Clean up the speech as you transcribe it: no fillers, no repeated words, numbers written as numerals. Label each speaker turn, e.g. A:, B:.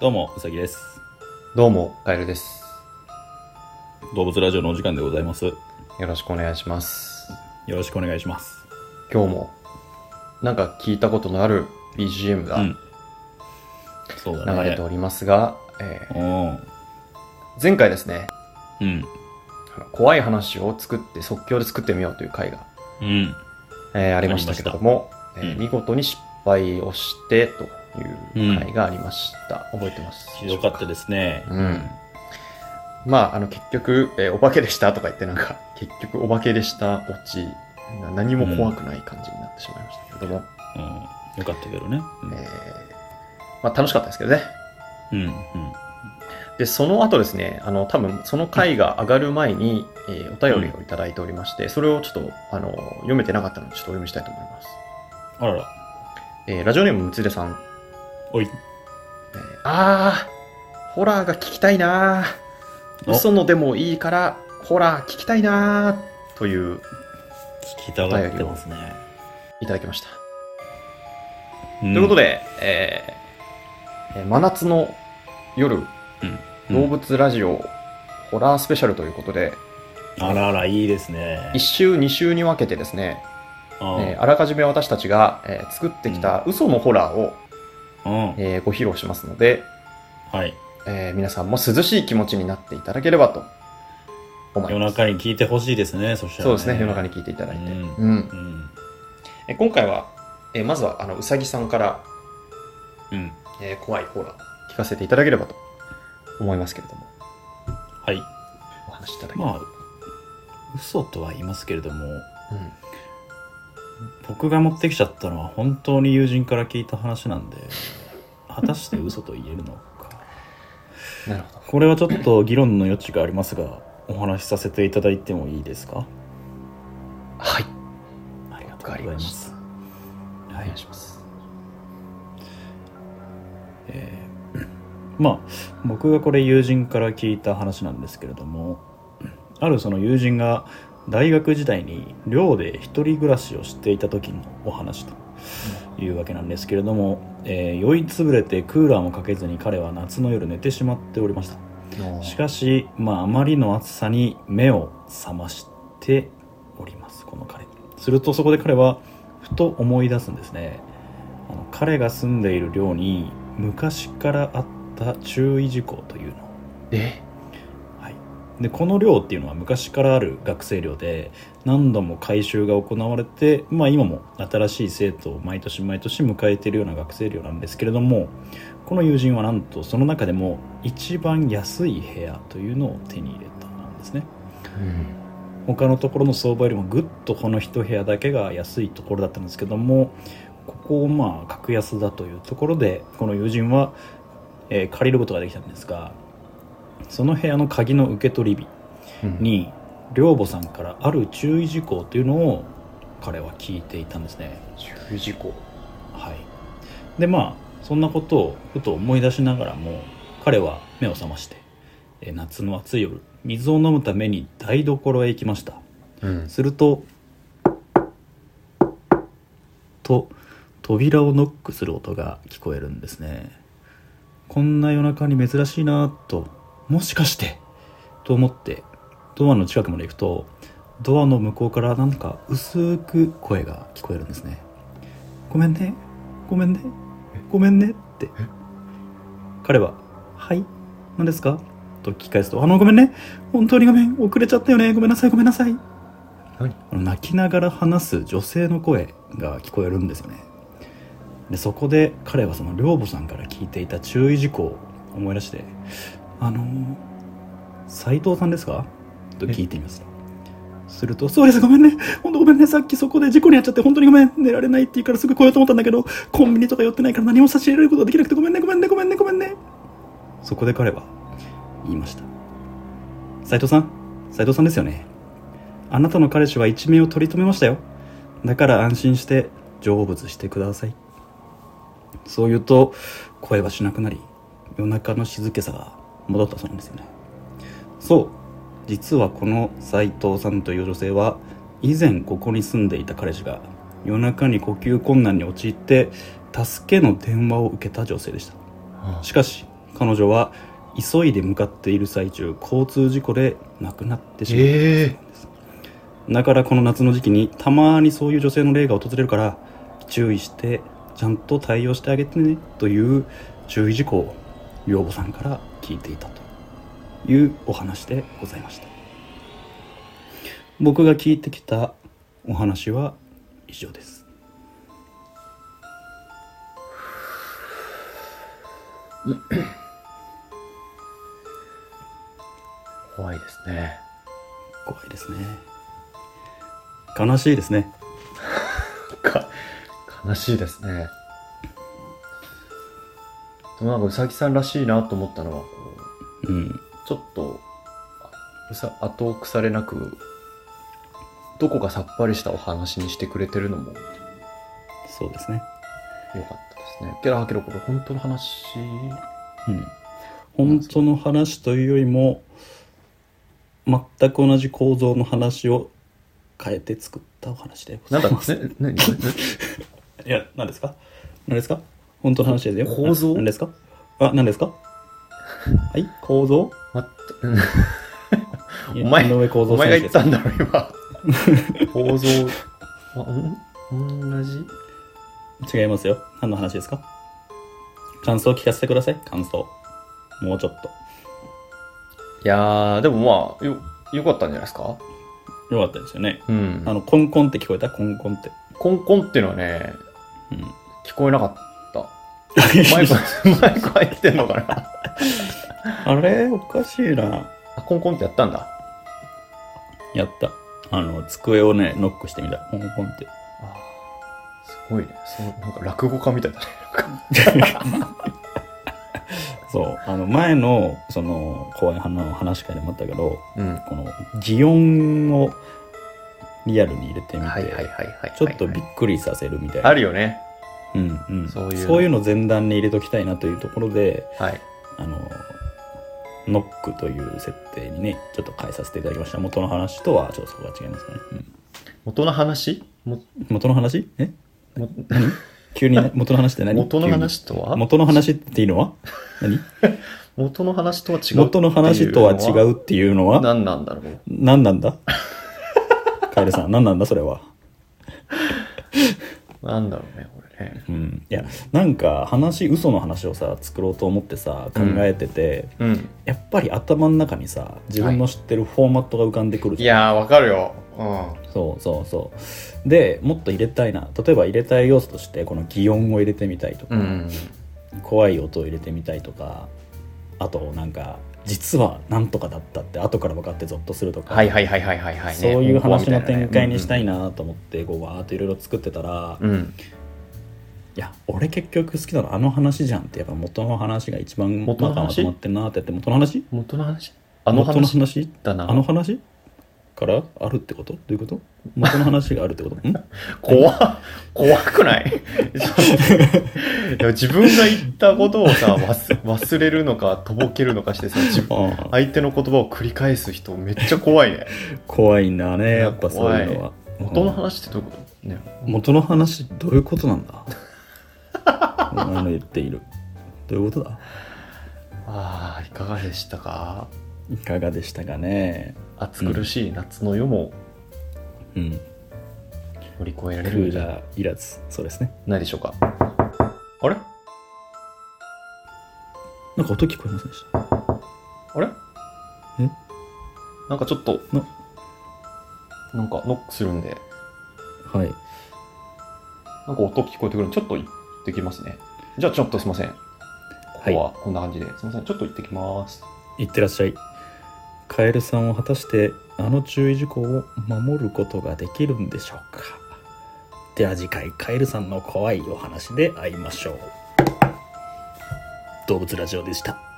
A: どうもうさぎです。
B: どうもカエルです。
A: 動物ラジオのお時間でございます。よ
B: よろしくお願いします。
A: ろしくお願いします。
B: 今日もなんか聞いたことのある BGM が
A: そうだね。
B: 流れておりますが、
A: うん。
B: 前回ですね、
A: うん
B: 怖い話を作って即興で作ってみようという回が、
A: うん
B: ありましたけれども、
A: うん
B: 見事に失敗をしてという回がありました。覚えてます
A: ひどかったですね。
B: まあ結局、お化けでしたとか言って結局お化けでしたオチ、何も怖くない感じになってしまいましたけれども、
A: よかったけどね。
B: まあ楽しかったですけどね。で、その後ですね、多分その回が上がる前に、お便りをいただいておりまして、それをちょっと、読めてなかったので、ちょっとお読みしたいと思います。
A: あらら。
B: ラジオネームむつでさん。
A: おい。
B: ホラーが聞きたいなー。嘘のでもいいから、ホラー聞きたいなー。という、
A: 聞きたがってますね。
B: いただきました。ということで、真夏の夜、動物ラジオホラースペシャルということで、
A: あらら、いいですね。
B: 1週2週に分けてですね、あらかじめ私たちが、作ってきた嘘のホラーを、ご披露しますので、
A: はい。
B: 皆さんも涼しい気持ちになっていただければと思います。
A: 夜中に聞いてほしいですね。そしたら、ね、
B: そうですね、夜中に聞いていただいて、今回は、まずはうさぎさんから、怖いホラー聞かせていただければと思いますけれども、
A: はい、
B: お話しいただきます。
A: 嘘とは言いますけれども、僕が持ってきちゃったのは本当に友人から聞いた話なんで、果たして嘘と言えるのか
B: なるほど。
A: これはちょっと議論の余地がありますが、お話しさせていただいてもいいですか？
B: はい、
A: ありがとうございます。
B: お願いします。
A: 僕がこれ友人から聞いた話なんですけれども、あるその友人が大学時代に寮で一人暮らしをしていた時のお話というわけなんですけれども、酔いつぶれてクーラーもかけずに彼は夏の夜寝てしまっておりました。しかし、あまりの暑さに目を覚ましております、この彼。するとそこで彼はふと思い出すんですね。彼が住んでいる寮に昔からあった注意事項というの。でこの寮っていうのは昔からある学生寮で、何度も改修が行われて、今も新しい生徒を毎年毎年迎えているような学生寮なんですけれども、この友人はなんとその中でも一番安い部屋というのを手に入れたんですね。他のところの相場よりもぐっとこの一部屋だけが安いところだったんですけども、ここを格安だというところでこの友人は、借りることができたんですが、その部屋の鍵の受け取り日に、寮母さんからある注意事項というのを彼は聞いていたんですね。
B: 注意事項。
A: はい。でそんなことをふと思い出しながらも、彼は目を覚まして、夏の暑い夜水を飲むために台所へ行きました。すると扉をノックする音が聞こえるんですね。こんな夜中に珍しいなと、もしかしてと思ってドアの近くまで行くと、ドアの向こうからなんか薄く声が聞こえるんですね。ごめんねごめんねごめんねって。彼ははい何ですかと聞き返すと、ごめんね本当にごめん、遅れちゃったよね、ごめんなさいごめんなさい。泣きながら話す女性の声が聞こえるんですよね。でそこで彼はその寮母さんから聞いていた注意事項を思い出して、斉藤さんですかと聞いてみます。すると、そうです、ごめんね本当ごめんね、さっきそこで事故に遭っちゃって本当にごめん、寝られないって言うからすぐ来ようと思ったんだけど、コンビニとか寄ってないから何も差し入れることができなくてごめんねごめんねごめんねごめんね。そこで彼は言いました。斉藤さんですよね。あなたの彼氏は一命を取り留めましたよ。だから安心して成仏してください。そう言うと声はしなくなり、夜中の静けさが戻ったそうなんですよね。そう、実はこの斉藤さんという女性は、以前ここに住んでいた彼氏が夜中に呼吸困難に陥って助けの電話を受けた女性でした。しかし彼女は急いで向かっている最中、交通事故で亡くなってしまったそうなんです。だからこの夏の時期にたまにそういう女性の霊が訪れるから注意してちゃんと対応してあげてねという注意事項を養母さんから聞いていたというお話でございました。僕が聞いてきたお話は以上です。
B: 怖いですね。
A: 怖いですね。悲しいですね。
B: 悲しいですね。でもなんかうさぎさんらしいなと思ったのは、ちょっと後腐れなくどこかさっぱりしたお話にしてくれてるのも
A: そうですね。
B: よかったですね。けどこれ本当の話、
A: 本当の話というよりも全く同じ構造の話を変えて作ったお話でございます。いや、何ですか本当の話ですよ。
B: 構造？
A: 何ですか何ですかはい、構造
B: お前が言ったんだろ今。構造同じ？
A: 違いますよ。何の話ですか？感想を聞かせてください。感想もうちょっと。
B: いやー、でもまあよかったんじゃないですか。
A: よかったですよね。コンコンって聞こえた？コンコンって。
B: コンコンっていうのはね、聞こえなかった。マイク入ってんのかな。
A: あれおかしいな。
B: コンコンってやったんだ。
A: やった。机をねノックしてみた。コンコンって。
B: すごいね。なんか落語家みたいだね。
A: そう前のその怖い話会でもあったけど、この擬音をリアルに入れてみてちょっとびっくりさせるみたいな
B: あるよね。
A: そういうの前段に入れときたいなというところで、ノックという設定にねちょっと変えさせていただきました。元の話とはちょっとそこが違いますかね。
B: 元の話？
A: 元の話？何？急に、ね、元の話って何？
B: 元の話とは？
A: 元の話っていうのは何？
B: 元の話とは違う。
A: 元の話とは違うっていうのは
B: 何なんだろう。
A: 何なんだ？カエルさん、何なんだそれは。
B: なんだろうねこれね。
A: いやなんか嘘の話をさ作ろうと思ってさ考えてて、やっぱり頭の中にさ自分の知ってるフォーマットが浮かんでくる
B: じゃん。いやーわかるよ。
A: そうでもっと入れたいな。例えば入れたい要素としてこの擬音を入れてみたいとか、怖い音を入れてみたいとか、あとなんか実はなんとかだったって後から分かってゾッとするとか、そういう話の展開にしたいなと思ってわーっといろいろ作ってたら、いや俺結局好きなの話じゃんって、やっぱ元の話が一番まとまってんなってやって。元の話
B: だな。
A: 話からあるってこと？どういうこと？元の話があるってこと？
B: 怖くない？自分が言ったことをさ忘れるのかとぼけるのかしてさ相手の言葉を繰り返す人めっちゃ怖いね。
A: 怖いんだねやっぱそういうのは。
B: 元の話ってどういうことね？
A: 元の話どういうことなんだ？言っている。どういうことだ？
B: いかがでしたか？
A: いかがでしたかね。
B: 暑苦しい夏の夜も乗り越えられる
A: クーラーいらず。そうですね。
B: ないでしょうか。あれ
A: なんか音聞こえませんでした？
B: あれなんかちょっとなんかノックするんで、
A: はい、
B: なんか音聞こえてくるんでちょっと行ってきますね。じゃあちょっとすいません、ここはこんな感じで、すいません、ちょっと行ってきます。
A: 行ってらっしゃい。カエルさんを果たして注意事項を守ることができるんでしょうか。では次回カエルさんの怖いお話で会いましょう。動物ラジオでした。